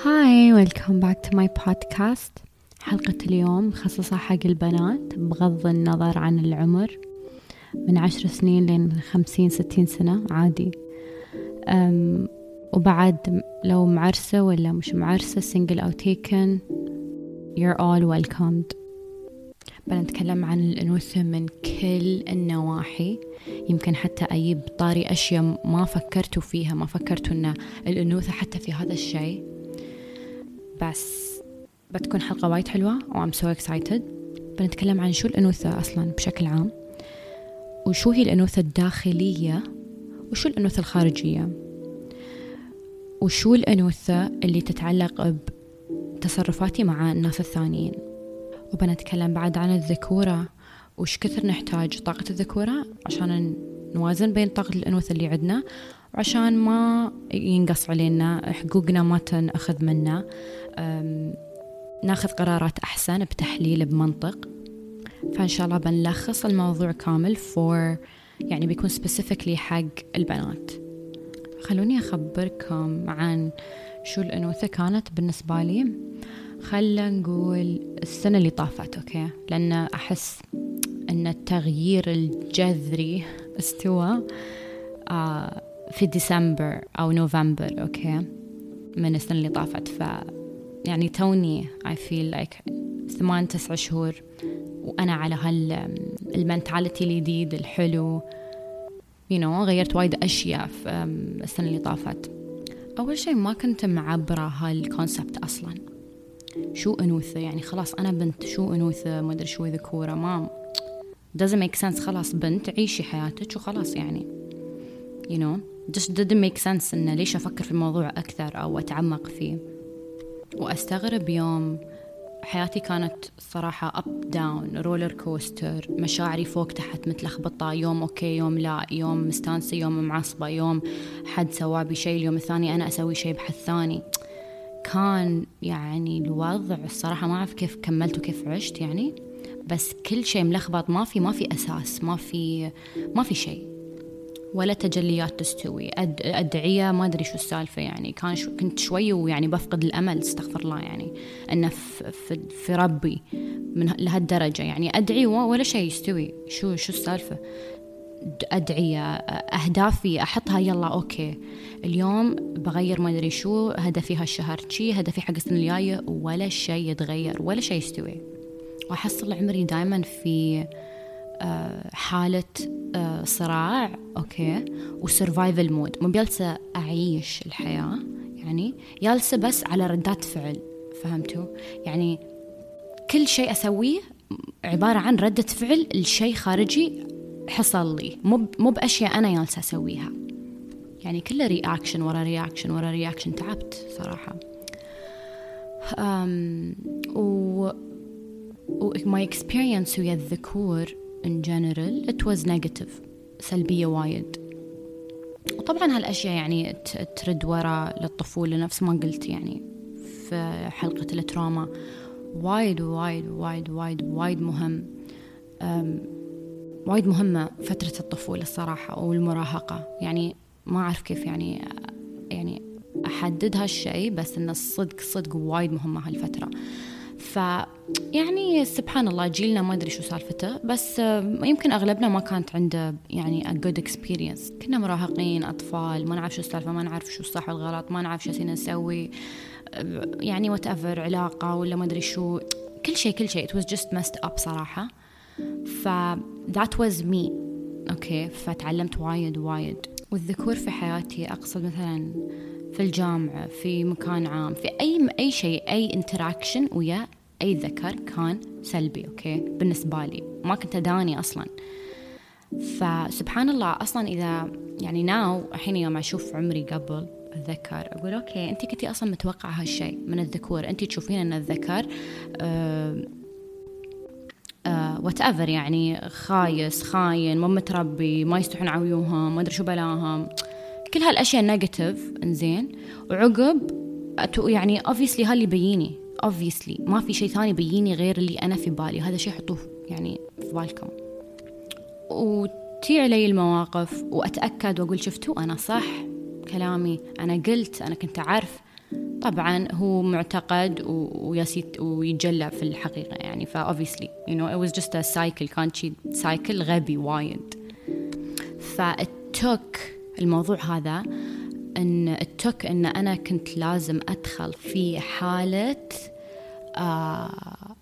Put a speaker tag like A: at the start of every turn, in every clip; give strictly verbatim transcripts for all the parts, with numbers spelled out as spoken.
A: هاي ويلكم باك تو ماي بودكاست. حلقة اليوم مخصصة حق البنات بغض النظر عن العمر، من عشر سنين لين خمسين ستين سنة عادي. أم وبعد لو معرسة ولا مش معرسة، single أو taken, you're all welcomed. بنتكلم عن الأنوثة من كل النواحي، يمكن حتى أجيب طاري أشياء ما فكرتوا فيها، ما فكرتوا أن الأنوثة حتى في هذا الشيء. بس بتكون حلقة وايد حلوة و I'm so excited. بنتكلم عن شو الأنوثة أصلا بشكل عام، وشو هي الأنوثة الداخلية، وشو الأنوثة الخارجية، وشو الأنوثة اللي تتعلق بتصرفاتي مع الناس الثانيين. وبنتكلم بعد عن الذكورة، وش كثر نحتاج طاقة الذكورة عشان نوازن بين طاقة الأنوثة اللي عندنا، وعشان ما ينقص علينا حقوقنا، ما تنأخذ منا، ناخذ قرارات أحسن بتحليل بمنطق. فإن شاء الله بنلخص الموضوع كامل for يعني بيكون specifically حق البنات. خلوني أخبركم عن شو الأنوثة كانت بالنسبة لي. خلنا نقول السنة اللي طافت، أوكي، لأن أحس أن التغيير الجذري استوى آه في ديسمبر أو نوفمبر، أوكي، من السنة اللي طافت. ف يعني توني I feel like ثمان تسع شهور وأنا على هالمنتاليتي الجديد الحلو، you know غيرت وايد أشياء في السنة اللي طافت. أول شيء ما كنت معبرة هالكونسبت أصلاً، شو أنوثة، يعني خلاص أنا بنت، شو أنوثة، ما أدري شو ذكورة، ما doesn't make sense. خلاص بنت، عيشي حياتك وخلاص، يعني you know just didn't make sense إنه ليش أفكر في الموضوع أكثر أو أتعمق فيه. وأستغرب يوم حياتي كانت صراحة up down roller coaster، مشاعري فوق تحت متلخبطة، يوم أوكي يوم لا، يوم مستانسة يوم معصبة، يوم حد سوا بشيء اليوم الثاني أنا أسوي شيء بحد ثاني. كان يعني الوضع الصراحة ما أعرف كيف كملت وكيف عشت يعني، بس كل شيء ملخبط، ما في ما في أساس، ما في ما في شيء ولا تجليات تستوي. أد أدعية ما أدري شو السالفة، يعني كان شو كنت شوي ويعني بفقد الأمل، استغفر الله، يعني أنه في, في, في ربي من لهالدرجة، يعني أدعي ولا شيء يستوي. شو شو السالفة؟ أدعية، أهدافي أحطها، يلا أوكي اليوم بغير ما أدري شو هدفي هالشهر، شي هدفي حق السنة الجاية، ولا شيء يتغير ولا شيء يستوي. وأحصل عمري دايما في حالة صراع، أوكي، وسرفايفل مود، مو جالسة أعيش الحياة، يعني جالسة بس على ردات فعل، فهمتوا؟ يعني كل شيء أسويه عبارة عن ردة فعل الشيء خارجي حصل لي، مو مو بأشياء أنا جالسة أسويها، يعني كله رياكشن ورا رياكشن ورا رياكشن. تعبت صراحة. أم و و my experience ويا الذكور in general it was negative، سلبية وايد. وطبعا هالأشياء يعني ترد ورا للطفولة، نفس ما قلت يعني في حلقة التراما، وايد وايد وايد وايد وايد مهم، وايد مهمة فترة الطفولة الصراحة والمراهقة. يعني ما أعرف كيف يعني يعني أحدد هالشيء، بس إن الصدق صدق وايد مهمة هالفترة. ف يعني سبحان الله جيلنا ما أدري شو سالفته، بس يمكن أغلبنا ما كانت عنده يعني a good experience. كنا مراهقين أطفال، ما نعرف شو السالفة، ما نعرف شو الصح والغلط، ما نعرف شو سينا نسوي، يعني whatever علاقة ولا ما أدري شو، كل شيء كل شيء it was just messed up صراحة. ف that was me، أوكي. فتعلمت وايد وايد. والذكور في حياتي أقصد مثلا في الجامعة، في مكان عام، في أي أي شيء، أي interaction ويا أي ذكر كان سلبي، أوكي، بالنسبة لي ما كنت أداني أصلا. فسبحان الله أصلا إذا يعني ناو الحين يوم أشوف عمري قبل أتذكر أقول أوكي أنتي كنتي أصلا متوقعة هالشيء من الذكور، أنتي تشوفين أن الذكر أه أه whatever، يعني خايس خاين مو متربي ما يستحون عويوهم ما أدري شو بلاهم، كل هالأشياء نيجاتيف، إنزين. وعقب يعني obviously هاللي بييني obviously ما في شيء ثاني بييني غير اللي أنا في بالي، هذا شيء حطوه يعني في بالكم. وتي علي المواقف وأتأكد وأقول شفتوا أنا صح كلامي، أنا قلت، أنا كنت أعرف. طبعا هو معتقد ويسيت ويتجلى في الحقيقة يعني. ف obviously you know it was just a cycle، كان شي cycle غبي وايد. فالتوك الموضوع هذا ان التوك ان انا كنت لازم ادخل في حالة آه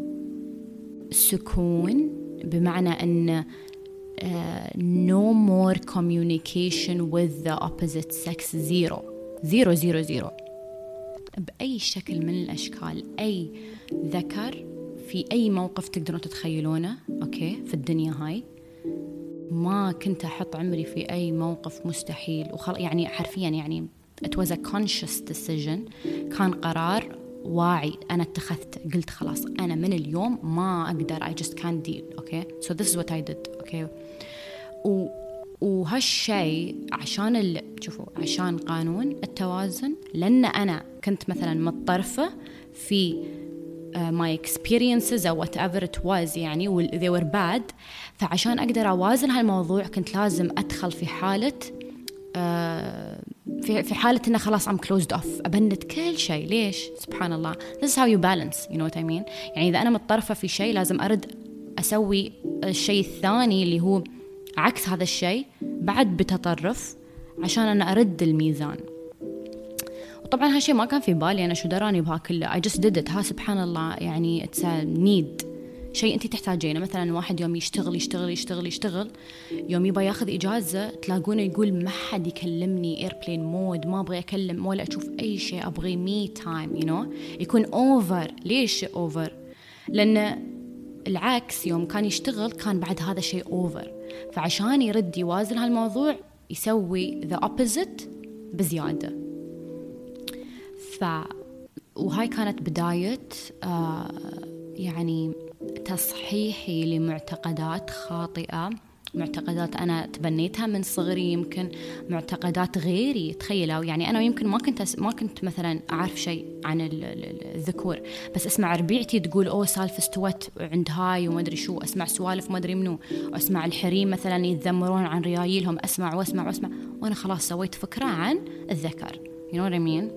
A: سكون، بمعنى ان Uh, no more communication with the opposite sex. zero zero zero zero بأي شكل من الأشكال. أي ذكر في أي موقف تقدرون تتخيلونه أوكي في الدنيا هاي، ما كنت أحط عمري في أي موقف مستحيل وخل... يعني حرفيا يعني it was a conscious decision، كان قرار واعي أنا اتخذته. قلت خلاص أنا من اليوم ما أقدر I just can't deal. okay so this is what I did. okay و... وهالشيء عشان ال... شوفوا عشان قانون التوازن، لأن أنا كنت مثلا متطرفة في uh, my experiences أو whatever it was يعني و they were bad، فعشان أقدر أوازن هالموضوع كنت لازم أدخل في حالة uh, في في حالة إنه خلاص I'm closed off، أبند كل شيء. ليش؟ سبحان الله this is how you balance you know what I mean. يعني إذا أنا متطرفة في شيء لازم أرد أسوي الشيء الثاني اللي هو عكس هذا الشيء بعد بتطرف عشان أنا أرد الميزان. وطبعا هالشيء ما كان في بالي أنا، شو دراني بها كله. I just did it. ها سبحان الله يعني it's a need، شيء أنت تحتاجينه. مثلا واحد يوم يشتغل يشتغل يشتغل يشتغل يوم يبغى ياخذ إجازة تلاقونه يقول ما حد يكلمني airplane mode، ما أبغى أكلم ولا أشوف أي شيء، أبغي me time you know يكون over. ليش over؟ لأن العكس يوم كان يشتغل كان بعد هذا شيء over، فعشان يرد يوازن هالموضوع يسوي the opposite بزيادة. ف وهاي كانت بداية آه يعني تصحيحي لمعتقدات خاطئة، معتقدات أنا تبنيتها من صغري، يمكن معتقدات غيري تخيلوا. يعني أنا يمكن ما كنت أس... ما كنت مثلا أعرف شيء عن الذكور، بس أسمع ربيعتي تقول أوه سالفة استوت عند هاي وما أدري شو، أسمع سوالف ما أدري منو، وأسمع الحريم مثلا يتذمرون عن ريايلهم، أسمع وأسمع وأسمع وأنا خلاص سويت فكرة عن الذكر you know what I mean.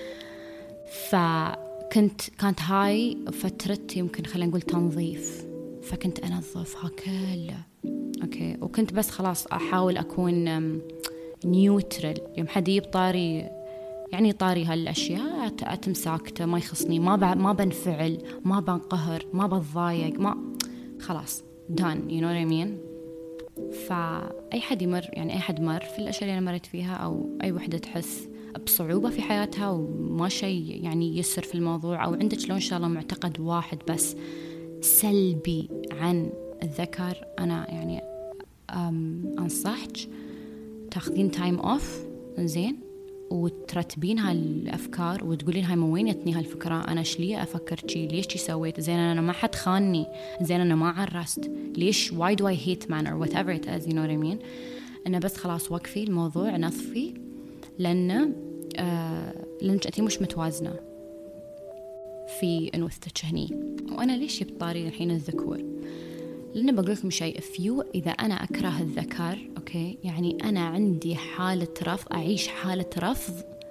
A: فكنت كانت هاي فترة يمكن خلينا نقول تنظيف، فكنت أنظفها كله أوكي. وكنت بس خلاص أحاول أكون نيوترال، يوم حد يجيب طاري يعني طاري هالأشياء أتم ساكتة، ما يخصني، ما ب... ما بنفعل، ما بنقهر، ما بتضايق، ما خلاص done you know what I mean. فأي حد يمر يعني أي حد مر في الأشياء اللي أنا مريت فيها، أو أي وحدة تحس بصعوبة في حياتها وما شيء يعني يسر في الموضوع، أو عندك لو إن شاء الله معتقد واحد بس سلبي عن الذكر، أنا يعني أنصحك تاخذين تايم أوف زين وترتبين هالأفكار وتقولين هاي من وين يتني هالفكرة، أنا شليه أفكر شي، ليش شي سويت، زين أنا ما حد خانني، زين أنا ما عرست، ليش why do I hate man or whatever it is you know what I mean. أنا بس خلاص وقفي الموضوع نظفي، لأن آه لأنك أنتي مش متوازنة في أنوثتك هني. وأنا ليش يبطاري الحين الذكور؟ لأن بقول لكم شيء فيو، إذا أنا أكره الذكر أوكي يعني أنا عندي حالة رفض، أعيش حالة رفض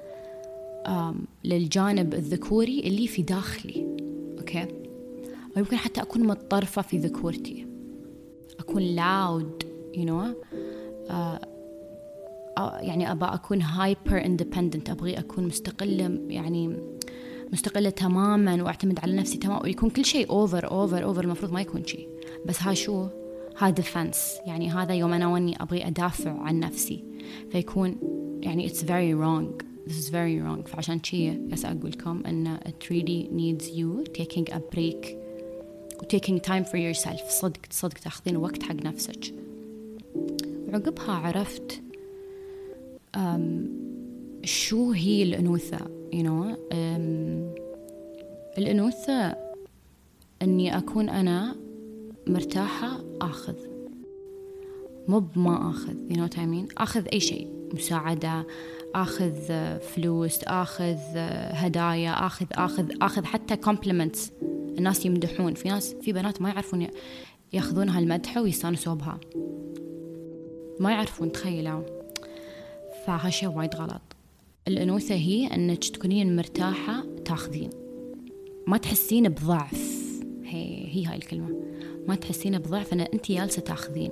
A: للجانب الذكوري اللي في داخلي أوكي. ويمكن حتى أكون متطرفة في ذكورتي، أكون loud you know آه يعني أبى أكون hyper independent، أبغي أكون مستقلة يعني مستقلة تماما وأعتمد على نفسي تماما، ويكون كل شيء over over over المفروض ما يكون شيء، بس ها شو ها ديفنس يعني هذا يوم أنا واني أبغي أدافع عن نفسي، فيكون يعني it's very wrong this is very wrong. فعشان شيء يس أقول لكم أن it really needs you taking a break و taking time for yourself. صدق صدق تأخذين وقت حق نفسك. وعقبها عرفت شو هي الأنوثة you know الأنوثة أني أكون أنا مرتاحة أخذ، مو بما أخذ you know what I mean. أخذ أي شيء، مساعدة، أخذ فلوس، أخذ هدايا، أخذ أخذ أخذ حتى compliments. الناس يمدحون، في ناس في بنات ما يعرفون يأخذون هالمدحة ويستانسوا بها، ما يعرفون تخيلوا. فهالشيء وايد غلط. الأنوثة هي أنك تكونين مرتاحة تاخذين، ما تحسين بضعف. هي هي هاي الكلمة، ما تحسين بضعف أن أنت جالسة تاخذين.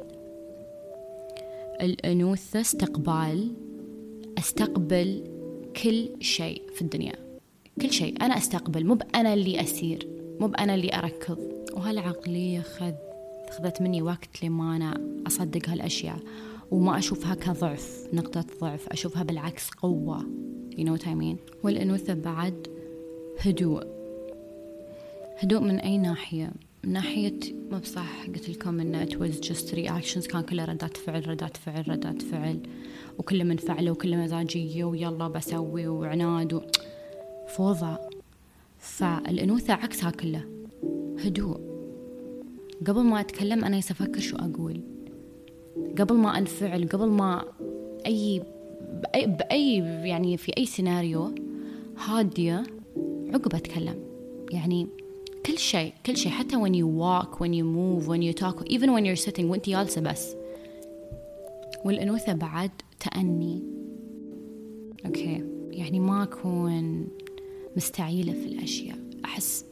A: الأنوثة استقبال، استقبل كل شيء في الدنيا، كل شيء أنا استقبل، مو بأنا اللي أسير، مو بأنا اللي أركض. وهالعقلية خذ خذت مني وقت لما أنا أصدق هالأشياء وما أشوفها كضعف، نقطة ضعف، أشوفها بالعكس قوة. you know what I mean. والأنوثة بعد هدوء. هدوء من أي ناحية؟ من ناحية ما بصح قلت لكم إن it was just reactions، كان كله ردات فعل ردات فعل ردات فعل، وكله منفعله وكله مزاجية ويلا بسوي وعناد وفوضى. فالأنوثة عكسها كله، هدوء. قبل ما أتكلم أنا يسافكر شو أقول، قبل ما أنفعل، قبل ما أي بأي, بأي يعني في أي سيناريو هادية عقب أتكلم. يعني كل شيء كل شيء حتى when you walk, when you move, when you talk, even when you're sitting وانت جالسة بس. والأنوثة بعد تأني. أوكي، يعني ما أكون مستعجلة في الأشياء. أحس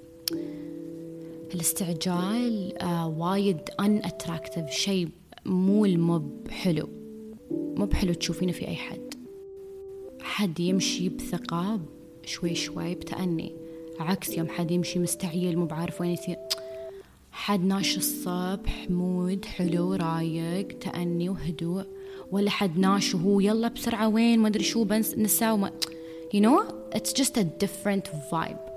A: الاستعجال آه وايد unattractive، شيء مو المب حلو، مو بحلو تشوفينه في أي حد. حد يمشي بثقة شوي شوي بتأني، عكس يوم حد يمشي مستعجل مو بعارف وين يصير. حد ناش الصبح مود حلو رايق تأني وهدوء، ولا حد ناش وهو يلا بسرعة وين ما أدري شو بنس نسا وما you know it's just a different vibe.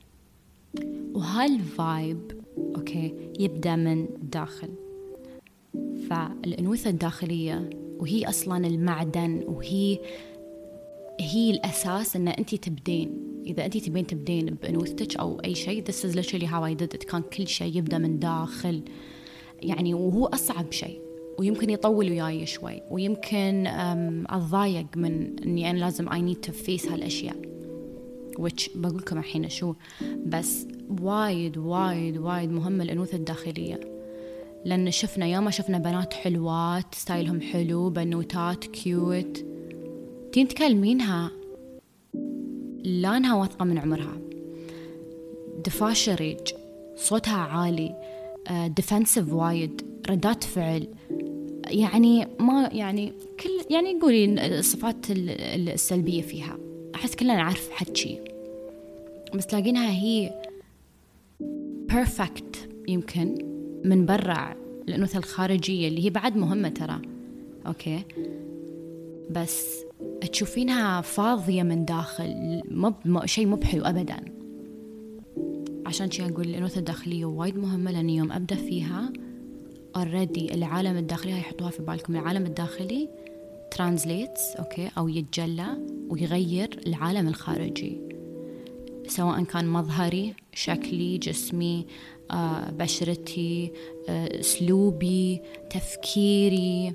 A: وهالفايب أوكي يبدأ من داخل. فالأنوثة الداخلية وهي أصلا المعدن، وهي هي الأساس إن أنتي تبدين. إذا أنتي تبين تبدين بأنوثتك أو أي شيء، this is literally how I did it. كان كل شيء يبدأ من داخل يعني، وهو أصعب شيء، ويمكن يطول وياي شوي، ويمكن أتضايق من إني أنا لازم I need to face هالأشياء which بقولكم الحين شو. بس وايد وايد وايد مهمة الأنوثة الداخلية، لأن شفنا ياما شفنا بنات حلوات ستايلهم حلو، بنوتات كيوت، تين تكلمينها لانها واثقة من عمرها، دفاشة ريج، صوتها عالي، ديفنسيف وايد، ردات فعل، يعني ما يعني كل يعني قولي الصفات السلبية فيها. أحس كلنا نعرف حكي، بس تلاقينها هي perfect يمكن من برا. الأنوثة الخارجية اللي هي بعد مهمة ترى أوكي، بس تشوفينها فاضية من داخل، مو شيء مو بحلو أبدا. عشان شي أقول الأنوثة الداخلية وايد مهمة، لأن يوم أبدأ فيها already العالم الداخلي، هاي حطوها في بالكم، العالم الداخلي translates أوكي أو يتجلى ويغير العالم الخارجي، سواء كان مظهري، شكلي، جسمي، آه، بشرتي، آه، أسلوبي، تفكيري،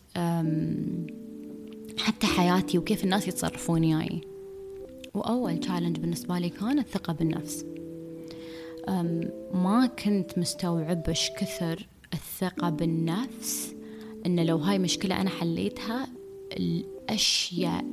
A: حتى حياتي وكيف الناس يتصرفون ياي. وأول تشالنج بالنسبة لي كان الثقة بالنفس. ما كنت مستوعبش كثر الثقة بالنفس، إن لو هاي مشكلة أنا حليتها الأشياء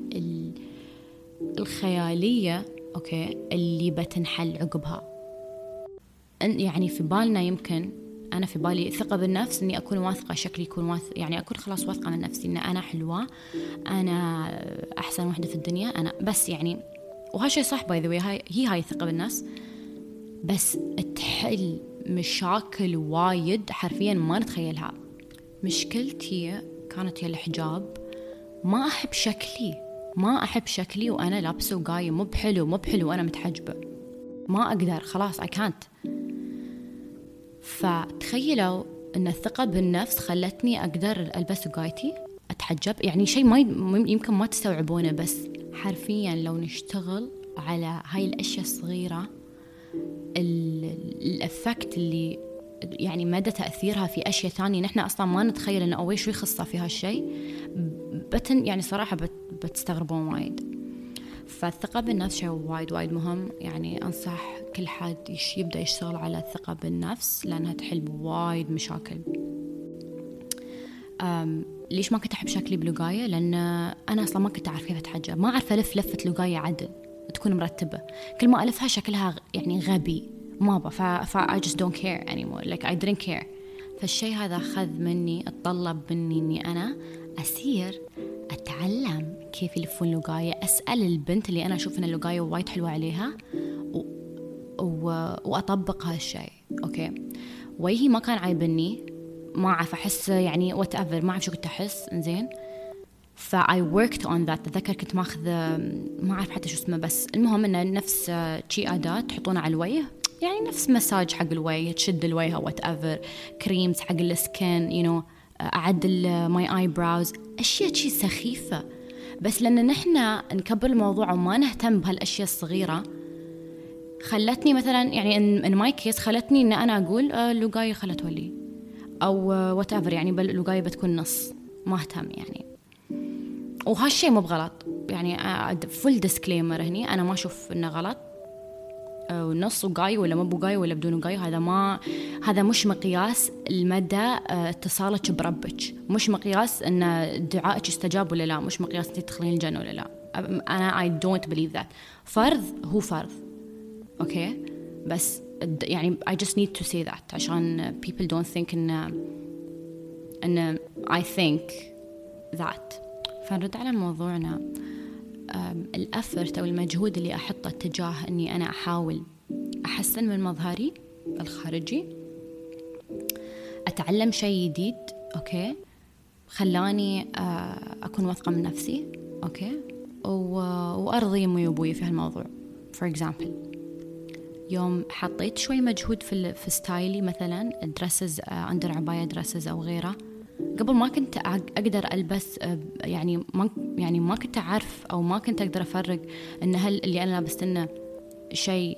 A: الخيالية أوكي اللي بتنحل عقبها. يعني في بالنا يمكن أنا في بالي الثقة بالنفس إني أكون واثقة، شكلي يكون واثق، يعني أكون خلاص واثقة من نفسي إن أنا حلوة، أنا أحسن واحدة في الدنيا، أنا بس يعني. وهالشي صح باي ذا واي، هاي هي هاي الثقة بالنفس، بس تحل مشاكل وايد حرفيا ما نتخيلها. مشكلتي كانت هي الحجاب. ما أحب شكلي ما أحب شكلي وأنا لابسة وقاية مو بحلو مو بحلو وأنا متحجبة، ما أقدر خلاص I can't. فتخيلوا أن الثقة بالنفس خلتني أقدر ألبس وقايتي أتحجب، يعني شيء ما يمكن ما تستوعبونه، بس حرفيا لو نشتغل على هاي الأشياء الصغيرة، الأفكت اللي يعني مدى تأثيرها في أشياء ثانية نحن أصلا ما نتخيل أنه أول شو يخصها في هالشيء، بتن يعني صراحة بت بتستغربون وايد. فالثقة بالنفس شيء وايد وايد مهم، يعني أنصح كل حد يش يبدأ يشتغل على الثقة بالنفس، لأنها تحل وايد مشاكل. ليش ما كنت أحب شكلي بلقاية؟ لأن أنا أصلا ما كنت أعرف كيف أتحجب، ما أعرف ألف لفة لقاية عدل تكون مرتبة، كل ما ألفها شكلها يعني غبي ما با، ف... ف I just don't care anymore, like I didn't care. فالشيء هذا أخذ مني، اتطلب مني إني أنا أسير أتعلم كيف يلفون لقاية، أسأل البنت اللي أنا أشوف إن اللقاية وايد حلوة عليها و... و... وأطبق هالشيء. أوكي، وجهي ما كان عايبني، ما أعرف أحس يعني whatever، ما أعرف شو كنت أحس إنزين. ف I worked on that. أتذكر كنت ماخذ ما أعرف حتى شو اسمه، بس المهم إنه نفس شيء أداة تحطونه على الوجه، يعني نفس مساج حق الوجه، تشد الوجه whatever، كريمز حق السكين، you know، أعدل my eyebrows، أشياء شيء سخيفة. بس لأن نحنا نكبر الموضوع وما نهتم بهالأشياء الصغيرة، خلتني مثلا يعني in my case خلتني إن أنا أقول آه لقاية خلت ولي أو whatever، يعني بل بتكون نص، ما أهتم يعني. وهالشيء مو بغلط يعني، فول ديسكليمر هني، أنا ما أشوف إنه غلط ونص وقاي ولا ما بقاي ولا بدون قاي، هذا ما هذا مش مقياس المدى اتصالك بربك، مش مقياس إن دعائك يستجاب ولا لا، مش مقياس أنت تدخلين الجنة ولا لا. أنا I don't believe that. فرض هو فرض، أوكي، بس يعني I just need to say that عشان people don't think إن إن I think that. فنرد على موضوعنا، الأفرت أو المجهود اللي أحطه تجاه أني أنا أحاول أحسن من مظهري الخارجي، أتعلم شيء جديد، أوكي، خلاني أكون واثقة من نفسي، أوكي، وأرضي أمي وأبوي في هالموضوع. for example، يوم حطيت شوي مجهود في في ستايلي، مثلا درسز أندر عباية درسز أو غيره، قبل ما كنت أقدر ألبس، يعني ما يعني ما كنت أعرف أو ما كنت أقدر أفرق إن هل اللي أنا لابست إنه شيء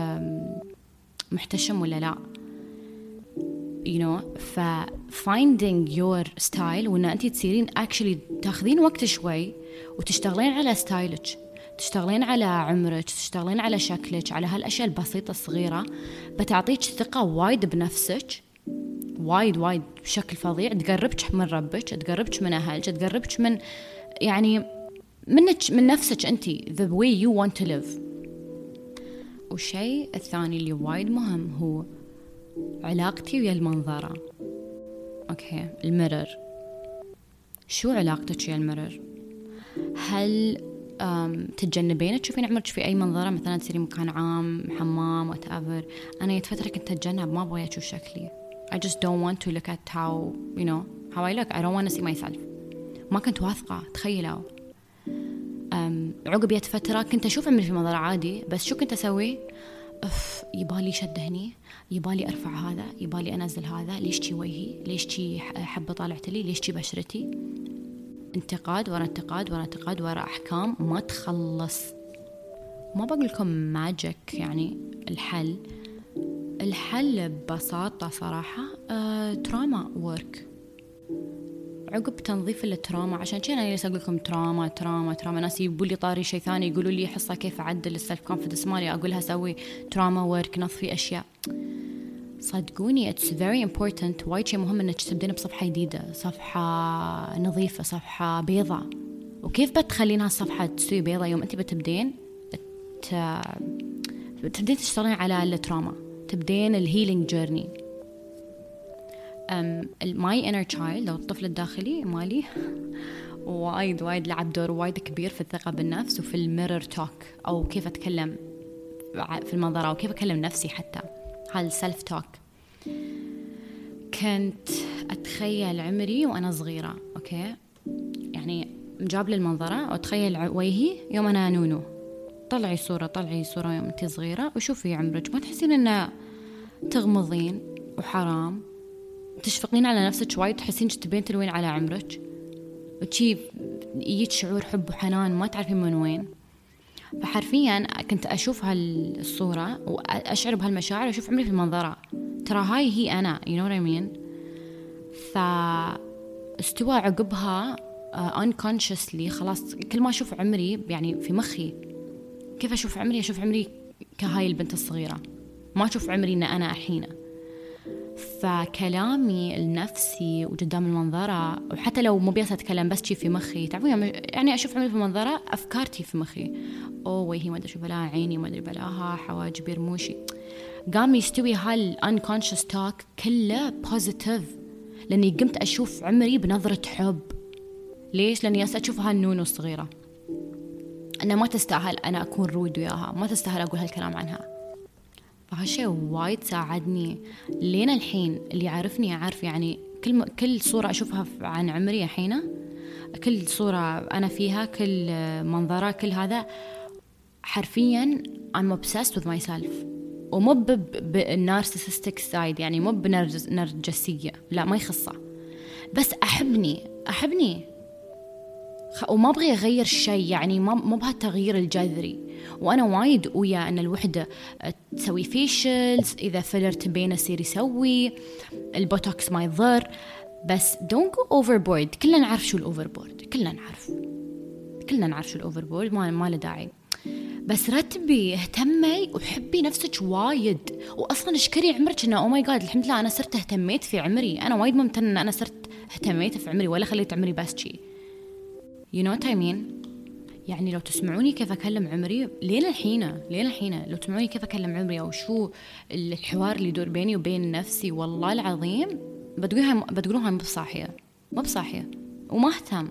A: محتشم ولا لا، you know. ف finding your style، وإن أنتي تصيرين actually تاخذين وقت شوي وتشتغلين على ستايلك، تشتغلين على عمرك، تشتغلين على شكلك، على هالأشياء البسيطة الصغيرة، بتعطيك ثقة وايد بنفسك، وايد وايد بشكل فظيع، تقربك من ربك، تقربك من أهلك، تقربك من يعني منك من نفسك أنتي، the way you want to live. والشيء الثاني اللي وايد مهم هو علاقتي ويا المنظرة. أوكي، المرر. شو علاقتك ويا المرر؟ هل تتجنبين تشوفين عمرك في أي منظرة، مثلا تصيري مكان عام، حمام، whatever؟ أنا يتفترة كنت أتجنب، ما أبغى أشوف شكلي. I just don't want to look at how you know how I look. I don't want to see myself. ما كنت واثقة، تخيلوا. عقب يت فترة كنت أشوف عمري في منظر عادي، بس شو كنت أسوي؟ أف يبالي شد هني، يبالي أرفع هذا، يبالي أنزل هذا، ليش تي وجهي، ليش تي حبة طالعت لي، ليش تي بشرتي. انتقاد ورا انتقاد ورا انتقاد ورا أحكام ما تخلص. ما بقول لكم ماجيك يعني الحل، الحل ببساطة صراحة تراما وورك. عقب تنظيف التراما، عشان كذا أنا لسه أقول لكم تراما تراما تراما. ناس يبوا لي طاري شيء ثاني، يقولوا لي حصة كيف أعدل السلف كونفيدنس مالي، أقولها سوي تراما وورك، نظفي أشياء. صدقوني it's very important، وايد شيء مهم إنك تبدين بصفحة جديدة، صفحة نظيفة، صفحة بيضة. وكيف بتخلين هالصفحة تسوي بيضة؟ يوم أنت بتبدين ت... تبدين تشتغلين على التراما، تبدين الهيلينج جيرني. ماي انر تشايلد أو الطفل الداخلي مالي وايد وايد لعب دور وايد كبير في الثقة بالنفس وفي الميرور توك، أو كيف أتكلم في المنظرة، أو كيف أكلم نفسي حتى، هالسلف توك. كنت أتخيل عمري وأنا صغيرة، أوكي، يعني مجاب للمنظرة، وأتخيل وجهي يوم أنا نونو. طلعي صورة طلعي صورة يوم أنت صغيرة وشوفي عمرك، ما تحسين إنه تغمضين وحرام، تشفقين على نفسك وايد، تحسين تبين تلوين على عمرك، وشي يجيك شعور حب وحنان ما تعرفين من وين. فحرفيا كنت أشوف هالصورة وأشعر بهالمشاعر، وأشوف عمري في المنظرة، ترى هاي هي أنا، you know what I mean. فاستوى عقبها uh, unconsciously، خلاص كل ما أشوف عمري يعني في مخي كيف أشوف عمري، أشوف عمري كهاي البنت الصغيرة، ما أشوف عمري إن أنا الحين. فكلامي النفسي وقدام المنظرة، وحتى لو مو بيس أتكلم بس شي في مخي، تعرفون يعني أشوف عمري في المنظرة أفكارتي في مخي، أوه وهي ما أدري شو بلاها عيني، ما أدري بلاها حواجبي رموشي، قام يستوي هال unconscious talk كله positive، لأني قمت أشوف عمري بنظرة حب. ليش؟ لأني أشوف هالنونو الصغيرة أنا ما تستاهل أنا أكون رود وياها، ما تستاهل أقول هالكلام عنها. فهالشيء وايد ساعدني لين الحين. اللي يعرفني يعرف يعني كل م... كل صورة أشوفها عن عمري الحين، كل صورة أنا فيها، كل منظرة، كل هذا حرفيا I'm obsessed with myself. ومو بالنارسيسستيك سايد، يعني مو بنرجسية، لا ما يخصه، بس أحبني أحبني وما أبغي أغير شيء، يعني ما مو بهالتغيير الجذري. وأنا وايد ويا أن الوحدة تسوي فيشلز، إذا فيلرت بين يصير يسوي البوتوكس ما يضر، بس don't go overboard. كلنا نعرف شو الأوفربورد، كلنا نعرف كلنا نعرف شو الأوفربورد، ما ما له داعي. بس رتبي، اهتمي وحبي نفسك وايد، وأصلا اشكري عمرك إنه أو ماي جاد الحمد لله أنا صرت اهتميت في عمري. أنا وايد ممتن إن أنا صرت اهتميت في عمري ولا خليت عمري بس شي. You know what I mean؟ يعني لو تسمعوني كيف أكلم عمري لين الحين لين الحين لو تسمعوني كيف أكلم عمري أو شو الحوار اللي يدور بيني وبين نفسي، والله العظيم بتقولها بتقولوها مو بصاحية مو بصاحية وما أهتم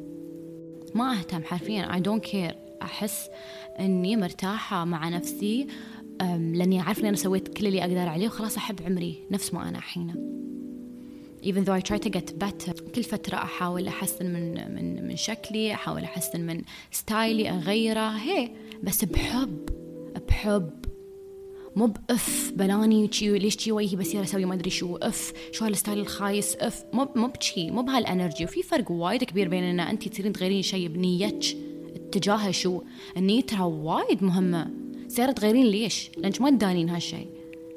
A: ما أهتم حرفيا. I don't care. أحس أني مرتاحة مع نفسي لأني عارفة أن أنا سويت كل اللي أقدر عليه وخلاص. أحب عمري نفس ما أنا حين. even though I try to get better. كل فترة أحاول أحسن من من من شكلي، أحاول أحسن من ستايلي، أغيره هي بس بحب بحب مو بأف بلاني وشي ليش شي وجهي بصير أسوي ما أدري شو، أف شو هالستايل الخايس، أف مو مو بشي مو بهالانرجي. وفي فرق وايد كبير بين أن أنتي تصيرين تغيرين شيء بنيتك اتجاه شو. النية ترى وايد مهمة. سيرة تغيرين ليش؟ لأنك ما تدانين هالشيء.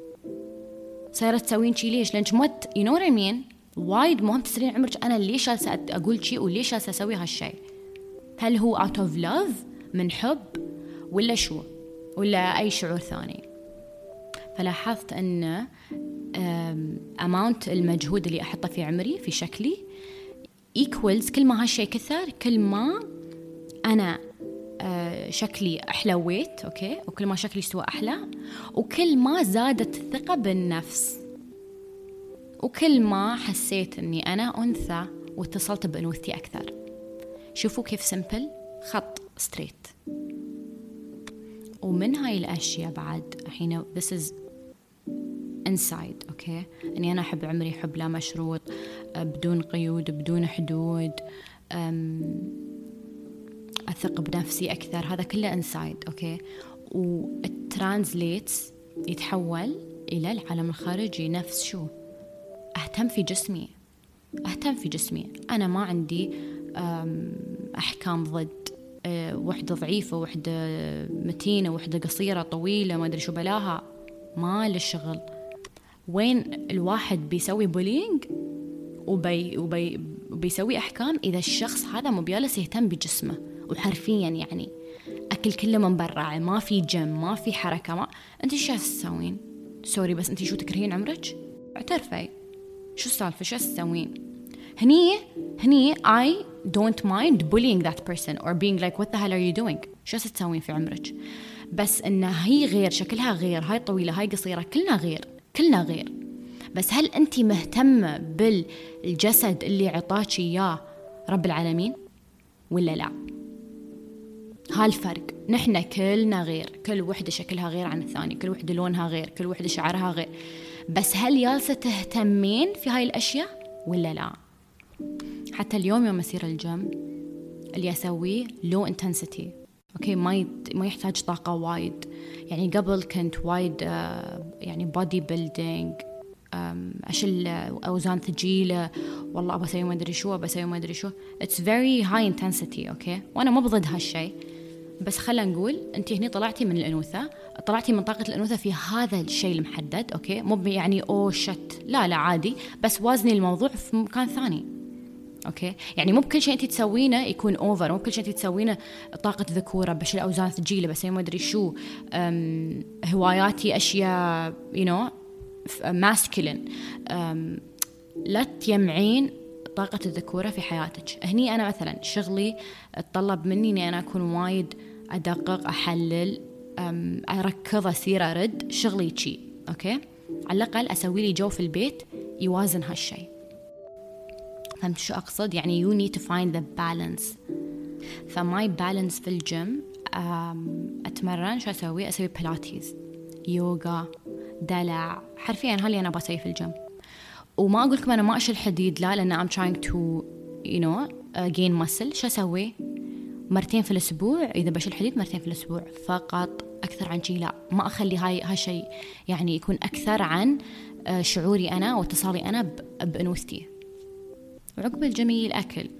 A: سيرة تسوين شي ليش؟ لأنك ما ت... you know what I mean؟ وايد مهم تسألين عمرك أنا ليش جالسة أقول شي وليش جالسة أسوي هالشيء. هل هو out of love من حب ولا شو ولا أي شعور ثاني؟ فلاحظت أن amount المجهود اللي أحطه في عمري في شكلي equals كل ما هالشيء كثر كل ما أنا شكلي أحلويت، أوكي، وكل ما شكلي استوى أحلى، وكل ما زادت الثقة بالنفس، وكل ما حسيت أني أنا أنثى واتصلت بأنوثتي أكثر. شوفوا كيف سمبل، خط ستريت. ومن هاي الأشياء بعد الحين this is inside، أوكي، أني أنا أحب عمري حب لا مشروط، بدون قيود بدون حدود، أثق بنفسي أكثر. هذا كله inside، أوكي، والترانزليتس يتحول إلى العالم الخارجي. نفس شو؟ أهتم في جسمي أهتم في جسمي أنا ما عندي أحكام ضد وحدة ضعيفة وحدة متينة وحدة قصيرة طويلة ما أدري شو بلاها، ما للشغل. وين الواحد بيسوي بولينج وبي وبي وبيسوي أحكام إذا الشخص هذا مو بيالس يهتم بجسمه. وحرفيا يعني أكل كله من برا، ما في جيم، ما في حركة، ما أنت شو تسوين؟ سوري بس أنت شو تكرهين عمرك؟ اعترفي شو السالفة، شو تسوين؟ هني هني I don't mind bullying that person or being like what the hell are you doing. شو تسوين في عمرك؟ بس إنه هي غير، شكلها غير، هاي طويلة هاي قصيرة، كلنا غير كلنا غير. بس هل أنت مهتمة بالجسد اللي عطاك إياه رب العالمين ولا لا؟ هالفرق. نحن كلنا غير، كل وحدة شكلها غير عن الثاني، كل وحدة لونها غير، كل وحدة شعرها غير. بس هل يالسة تهتمين في هاي الأشياء ولا لا؟ حتى اليوم يوم أسير الجيم اللي أسويه low intensity، أوكي، ما ما يحتاج طاقة وايد. يعني قبل كنت وايد آه يعني body building، أشيل أوزان ثقيلة، والله أبى أسوي ما أدري شو أبى أسوي ما أدري شو. it's very high intensity، أوكي، وأنا ما بضد هالشيء. بس خلنا نقول أنت هني طلعتي من الأنوثة، طلعتي من طاقة الأنوثة في هذا الشيء المحدد، أوكي، مو يعني أوه شت، لا لا عادي، بس وازني الموضوع في مكان ثاني، أوكي. يعني مو بكل شيء أنت تسوينه يكون أوفر، مو بكل شيء أنت تسوينه طاقة ذكورة، بشيل أوزان ثقيلة، بس ما أدري شو، هواياتي أشياء you know ماسكولين. لا تجمعين طاقة الذكورة في حياتك. هني أنا مثلا شغلي اتطلب مني أني أنا أكون وايد أدقق، أحلل، أركض، أسير، أرد، شغلي شي أوكي، على الأقل أسوي لي جو في البيت يوازن هالشي. فهمت شو أقصد؟ يعني you need to find the balance. فماي بالانس في الجيم أتمرن، شو أسوي؟ أسوي بيلاتيز، يوغا، دلع، حرفيا هاللي أنا بسوي في الجيم. وما أقول لكم أنا ما أشيل حديد، لا، لأن I'm trying to you know gain muscle. شو أسوي؟ مرتين في الأسبوع، إذا بشيل حديد مرتين في الأسبوع فقط، أكثر عن شيء لا. ما أخلي هاي هالشيء يعني يكون أكثر عن شعوري أنا واتصالي أنا بأنوثتي. وعقب الجميل الأكل،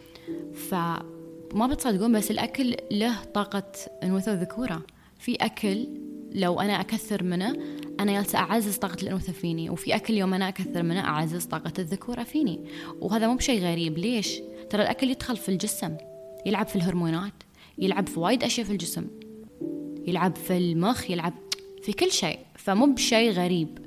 A: فما بتصدقون بس الأكل له طاقة أنوثة وذكورة. في أكل لو أنا أكثر منه أنا جالسة أعزز طاقة الأنوثة فيني، وفي أكل يوم أنا أكثر منه أعزز طاقة الذكورة فيني. وهذا مو بشيء غريب. ليش؟ ترى الأكل يدخل في الجسم، يلعب في الهرمونات، يلعب في وايد أشياء في الجسم، يلعب في المخ، يلعب في كل شيء، فمو بشيء غريب.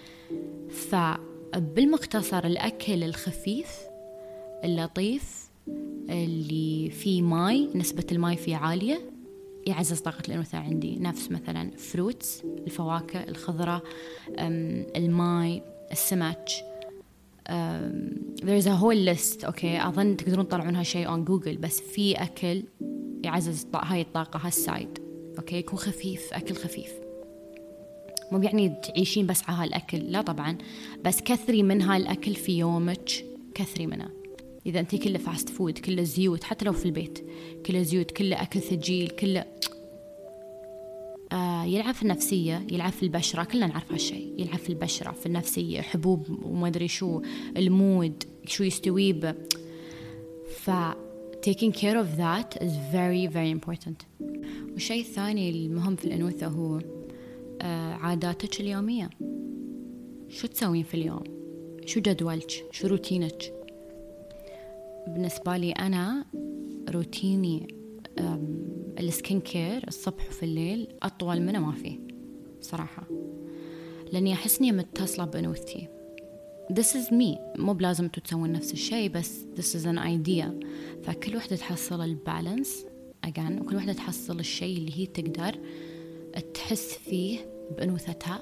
A: فبالمختصر الأكل الخفيف اللطيف اللي فيه ماي، نسبة الماي فيه عالية، يعزز طاقة الأنوثة عندي. نفس مثلا فروتس، الفواكه الخضراء، الماء، السمك. there's a whole list أوكي، أظن تقدرون تطلعون هالشيء on جوجل. بس في أكل يعزز هاي الطاقة هالسايد أوكي، يكون خفيف، أكل خفيف. مو يعني تعيشين بس على هالأكل، لا طبعا، بس كثري من هالأكل في يومك، كثري منه. إذا أنتي كله فاست فود، كله زيوت، حتى لو في البيت كله زيوت، كله أكل ثقيل، كله آه يلعب في النفسية، يلعب في البشرة، كلنا نعرف هالشيء، يلعب في البشرة، في النفسية، حبوب وما أدري شو، المود شو يستوي ب. ف taking care of that is very very important. والشيء الثاني المهم في الأنوثة هو آه عاداتك اليومية. شو تسوين في اليوم؟ شو جدولك؟ شو روتينك؟ بالنسبة لي أنا روتيني السكين كير الصبح وفي الليل أطول منه ما فيه صراحة، لأني أحسني متصلة بأنوثتي. this is me. مو بلازم تسوون نفس الشيء، بس this is an idea. فكل وحدة تحصل البالانس again، وكل وحدة تحصل الشيء اللي هي تقدر تحس فيه بأنوثتها.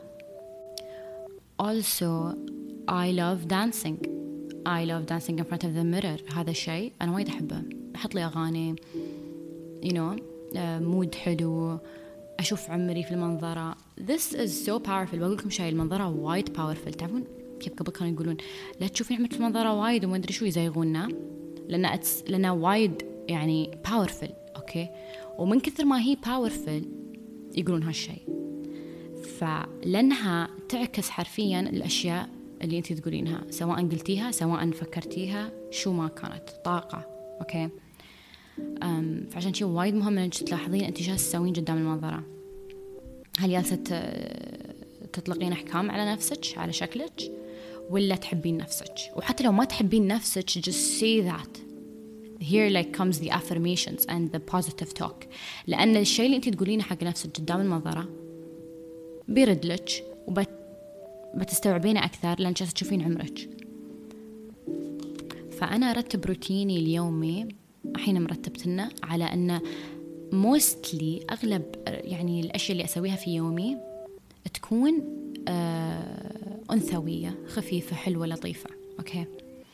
A: also I love dancing. I love dancing in front of the mirror. هذا الشيء أنا وايد أحبه. أحط لي أغاني you know مود حلو، أشوف عمري في المنظرة. this is so powerful. بقول لكم شيء، المنظرة وايد powerful. تعرفون كيف قبل كانوا يقولون لا تشوفين عمرك في المنظرة وايد وما أدري شو، يزيغوننا، لأن لأن وايد يعني powerful أوكي. ومن كثر ما هي powerful يقولون هالشيء، فلأنها تعكس حرفيا الأشياء اللي أنت تقولينها، سواء قلتيها سواء فكرتيها، شو ما كانت طاقة أوكي. أم فعشان شيء وايد مهم أنك تلاحظين أنت شو تسوين قدام المنظرة. هل جالسة تطلقين أحكام على نفسك، على شكلك، ولا تحبين نفسك؟ وحتى لو ما تحبين نفسك just say that. here like comes the affirmations and the positive talk. لأن الشيء اللي أنت تقولينه حق نفسك قدام المنظرة بيرد لك وبت بتستوعبينه أكثر لأن جالسة تشوفين عمرك. فأنا أرتب روتيني اليومي الحين مرتبتنا على أن موستلي أغلب يعني الأشياء اللي أسويها في يومي تكون آه أنثوية، خفيفة، حلوة، لطيفة أوكي.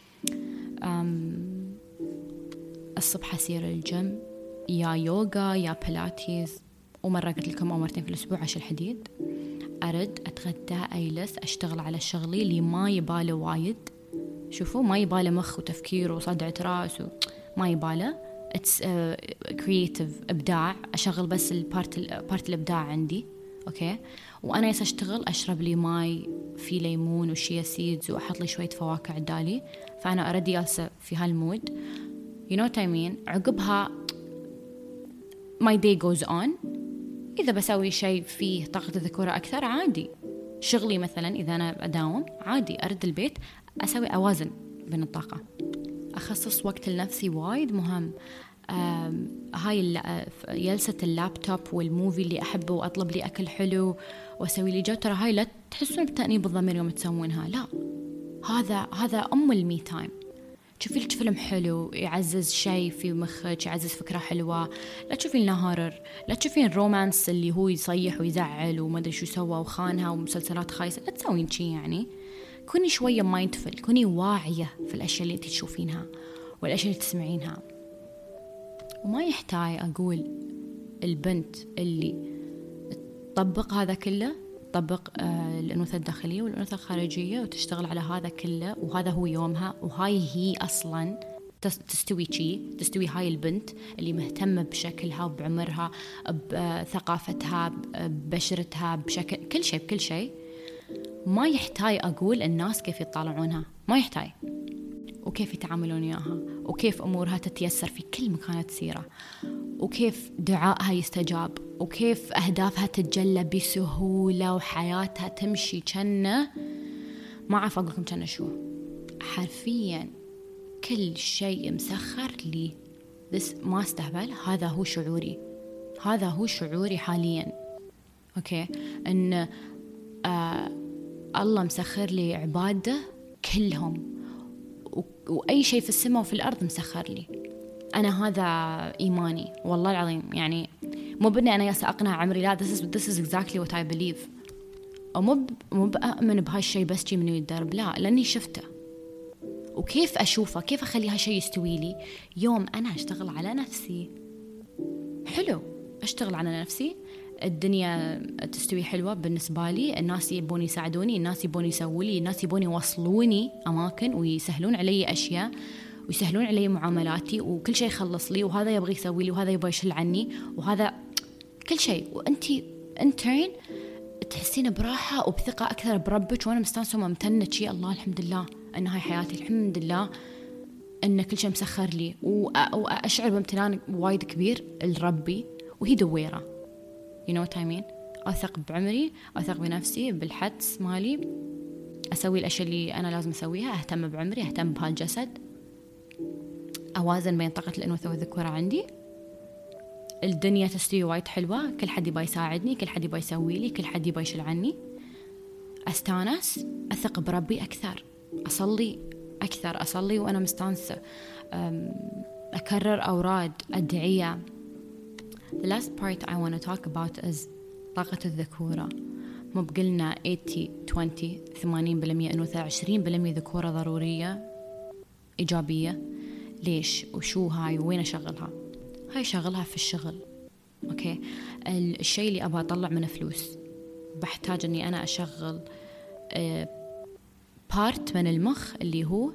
A: أم الصبح أسير الجيم، يا يوغا يا بيلاتيز، ومرة قلت لكم أو مرتين في الأسبوع عشان الحديد. أرد أتغدى، أجلس أشتغل على شغلي اللي ما يباله وايد. شوفوا ما يباله مخ وتفكير وصدعة راس، ما يباله it's uh, creative، إبداع. أشغل بس البارت البارت الإبداع عندي أوكي. وأنا يس أشتغل أشرب لي ماي في ليمون وشيا سيدز وأحط لي شوية فواكه عدالي. فأنا أردي جالسة في هالمود you know what I mean. عقبها my day goes on. إذا بسوي شيء فيه طاقة الذكورة أكثر عادي، شغلي مثلا إذا أنا أداوم عادي أرد البيت أسوي أوازن بين الطاقة. أخصص وقت لنفسي وايد مهم. هاي جلسة اللابتوب والموفي اللي أحبه وأطلب لي أكل حلو وأسوي لي جو، ترى هاي لا تحسون بتأنيب الضمير يوم تسوونها، لا، هذا هذا أم المي تايم. تشوفي لك فيلم حلو يعزز شيء في مخك، يعزز فكرة حلوة، لا تشوفي لنا هورر، لا تشوفين الرومانس اللي هو يصيح ويزعل وما أدري شو سوى وخانها ومسلسلات خايسة، لا تسوين شي يعني. كوني شوية مايندفل، كوني واعية في الأشياء اللي أنت تشوفينها والأشياء اللي تسمعينها. وما يحتاج أقول البنت اللي تطبق هذا كله، تطبق آه الأنوثة الداخلية والأنوثة الخارجية وتشتغل على هذا كله، وهذا هو يومها، وهاي هي أصلا تستوي شي، تستوي هاي البنت اللي مهتمة بشكلها وبعمرها، بثقافتها، ببشرتها، بشكل كل شيء بكل شيء. ما يحتاج أقول الناس كيف يطالعونها، ما يحتاج، وكيف يتعاملون وياها، وكيف أمورها تتيسر في كل مكان تسيره، وكيف دعائها يستجاب، وكيف أهدافها تتجلى بسهولة، وحياتها تمشي كأنه ما أعرف أقولكم كأنه شو، حرفيا كل شيء مسخر لي. بس ما استهبل، هذا هو شعوري، هذا هو شعوري حاليا. أوكي، إن آه الله مسخر لي عباده كلهم، وأي شيء في السماء وفي الأرض مسخر لي. أنا هذا إيماني والله العظيم، يعني مو بني أنا ياسا أقنع عمري، لا، this is, this is exactly what I believe. ومو مو بأمن بهالشيء بس جي منو يتدرب، لا، لأني شفته وكيف أشوفه، كيف أخلي هالشيء يستوي لي. يوم أنا أشتغل على نفسي حلو، أشتغل على نفسي، الدنيا تستوي حلوة بالنسبة لي، الناس يبون يساعدوني، الناس يبون يسووا لي، الناس يبون يوصلوني أماكن ويسهلون علي أشياء ويسهلون علي معاملاتي، وكل شيء يخلص لي، وهذا يبغي يسوي لي، وهذا يبغى يشل عني، وهذا كل شيء. وأنتي انتين تحسين براحة وبثقة أكثر بربك، وأنا مستانسة وممتنة شيء، الله الحمد لله أن هاي حياتي، الحمد لله أن كل شيء مسخر لي، وأشعر بامتنان وايد كبير لربي، وهي دويرة. you know what I mean. أثق بعمري، أثق بنفسي، بالحدس مالي، أسوي الأشياء اللي أنا لازم أسويها، أهتم بعمري، أهتم بهالجسد، أوازن بين طاقة الأنوثة والذكورة عندي. الدنيا تستوي وايد حلوة، كل حد يبغى يساعدني، كل حد يبغى يسوي لي، كل حد يبغى يشيل عني. أستانس، أثق بربي أكثر، أصلي أكثر، أصلي وأنا مستانسة، أكرر أوراد، أدعية. The last part I want to talk about is طاقة الذكورة. مو بقلنا ثمانين عشرين ثمانين بالمية أنوثة، عشرين بالمية ذكورة ضرورية إيجابية. ليش وشو هاي وين أشغلها؟ هاي شغلها في الشغل. أوكي، الشيء اللي أبغى أطلع منه فلوس بحتاج أني أنا أشغل بارت من المخ اللي هو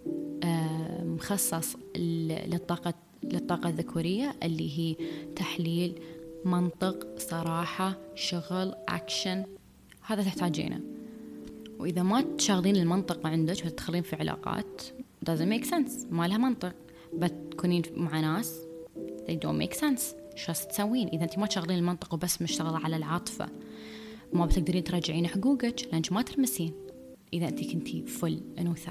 A: مخصص للطاقة للطاقة الذكورية، اللي هي تحليل، منطق، صراحة، شغل، أكشن. هذا تحتاجينه. وإذا ما تشغلين المنطق عندك وتدخلين في علاقات doesn't make sense، ما لها منطق، بتكونين مع ناس they don't make sense. شو تسوين إذا أنت ما تشغلين المنطق وبس مشتغلة على العاطفة؟ ما بتقدرين ترجعين حقوقك لأنك ما ترمسين إذا أنت كنتي فل أنوثة.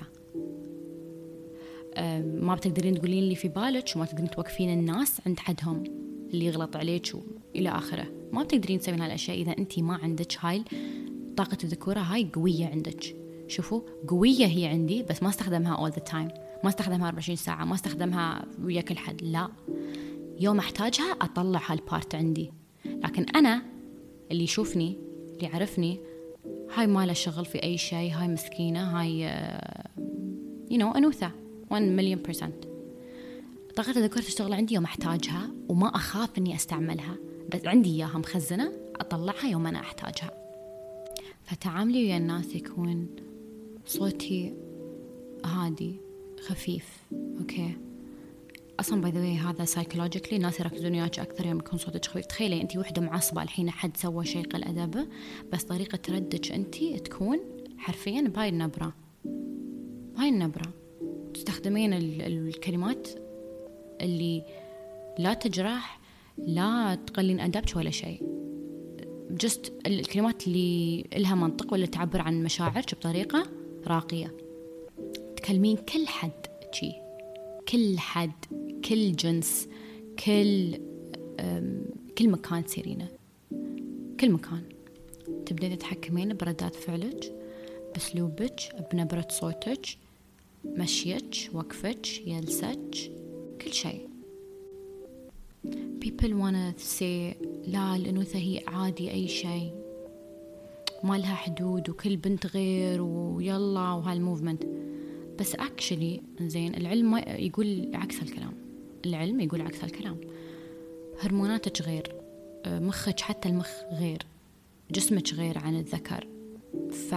A: ما بتقدرين تقولين اللي في بالك، وما تقدرين توقفين الناس عند حدهم اللي يغلط عليك وإلى آخره. ما بتقدرين تسوين هالأشياء إذا أنت ما عندك هاي طاقة الذكورة. هاي قوية عندك، شوفوا، قوية هي عندي، بس ما استخدمها all the time، ما استخدمها أربعة وعشرين ساعة، ما استخدمها ويا كل حد، لا، يوم أحتاجها أطلع هالبارت عندي. لكن أنا اللي يشوفني، اللي يعرفني، هاي ما له شغل في أي شيء، هاي مسكينة، هاي you know أنوثة one million percent. طاقة الذكورة تشتغل عندي يوم أحتاجها، وما أخاف إني أستعملها، بس عندي إياها مخزنة أطلعها يوم أنا أحتاجها. فتعاملي ويا الناس يكون صوتي هادي خفيف. أوكي، أصلا باي ذا واي هذا سايكولوجيكلي الناس يركزون وياك أكثر يوم يكون صوتك خفيف. تخيلي أنت وحدة معصبة الحين حد سوى شيء قل أدبه، بس طريقة ردك أنت تكون حرفيا بهاي النبرة، بهاي النبرة تستخدمين الكلمات اللي لا تجرح، لا تقلين أدبك ولا شيء، just الكلمات اللي لها منطق ولا تعبر عن مشاعرك بطريقة راقية. تكلمين كل حد شي، كل حد، كل جنس، كل كل مكان تسيرينه، كل مكان تبدين تتحكمين بردات فعلك، باسلوبك، بنبرة صوتك، مشيك، وقفك، يلسك، كل شيء. people wanna say لا الأنوثة هي عادي، أي شيء ما لها حدود وكل بنت غير ويلا وهالموفمنت. بس actually زين العلم ما يقول عكس الكلام، العلم يقول عكس الكلام. هرموناتك غير، مخك حتى المخ غير، جسمك غير عن الذكر. ف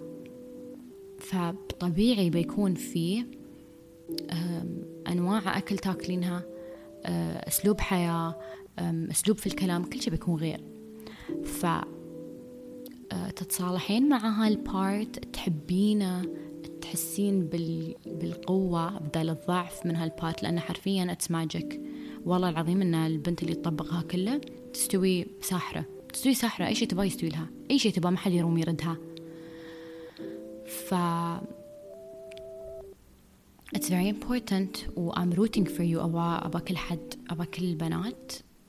A: فطبيعي بيكون في أنواع أكل تاكلينها، أسلوب حياة، أسلوب في الكلام، كل شيء بيكون غير. ف تتصالحين مع هالبارت، تحبينه، تحسين بال... بالقوة بدل الضعف من هالبارت، لأنه حرفيا اتس ماجيك. والله العظيم إن البنت اللي تطبقها كله تستوي ساحرة، تستوي ساحرة، أي شيء تبغى يستوي لها، أي شيء تبغى ما حد يروم يردها. ف it's very important و I'm rooting for you. أبا أبا كل حد، أبا كل البنات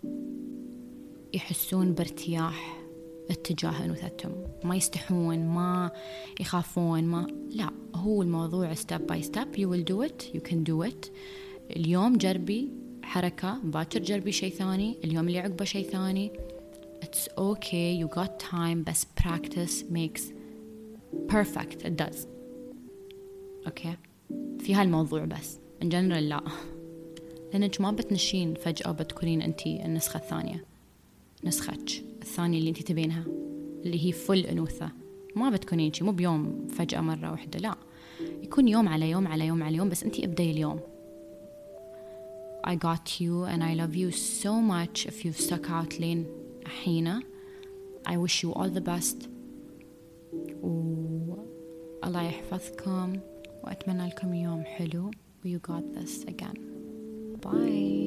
A: يحسون بارتياح اتجاه أنوثتهم، ما يستحون، ما يخافون، ما لا، هو الموضوع step by step. you will do it, you can do it. اليوم جربي حركة، باكر جربي شيء ثاني، اليوم اللي عقبه شيء ثاني. it's okay, you got time, بس practice makes perfect, it does. okay في هالموضوع بس in general لا، لأنك ما بتنشين فجأة بتكونين أنتي النسخة الثانية، نسختك الثانية اللي أنتي تبينها، اللي هي فل أنوثة. ما بتكونين شي، مو بيوم فجأة مرة واحدة، لا، يكون يوم على يوم على يوم على يوم، بس أنتي ابدأي اليوم. I got you and I love you so much if you've stuck out لين حينه. I wish you all the best و الله يحفظكم وأتمنى لكم يوم حلو. You got this again. Bye.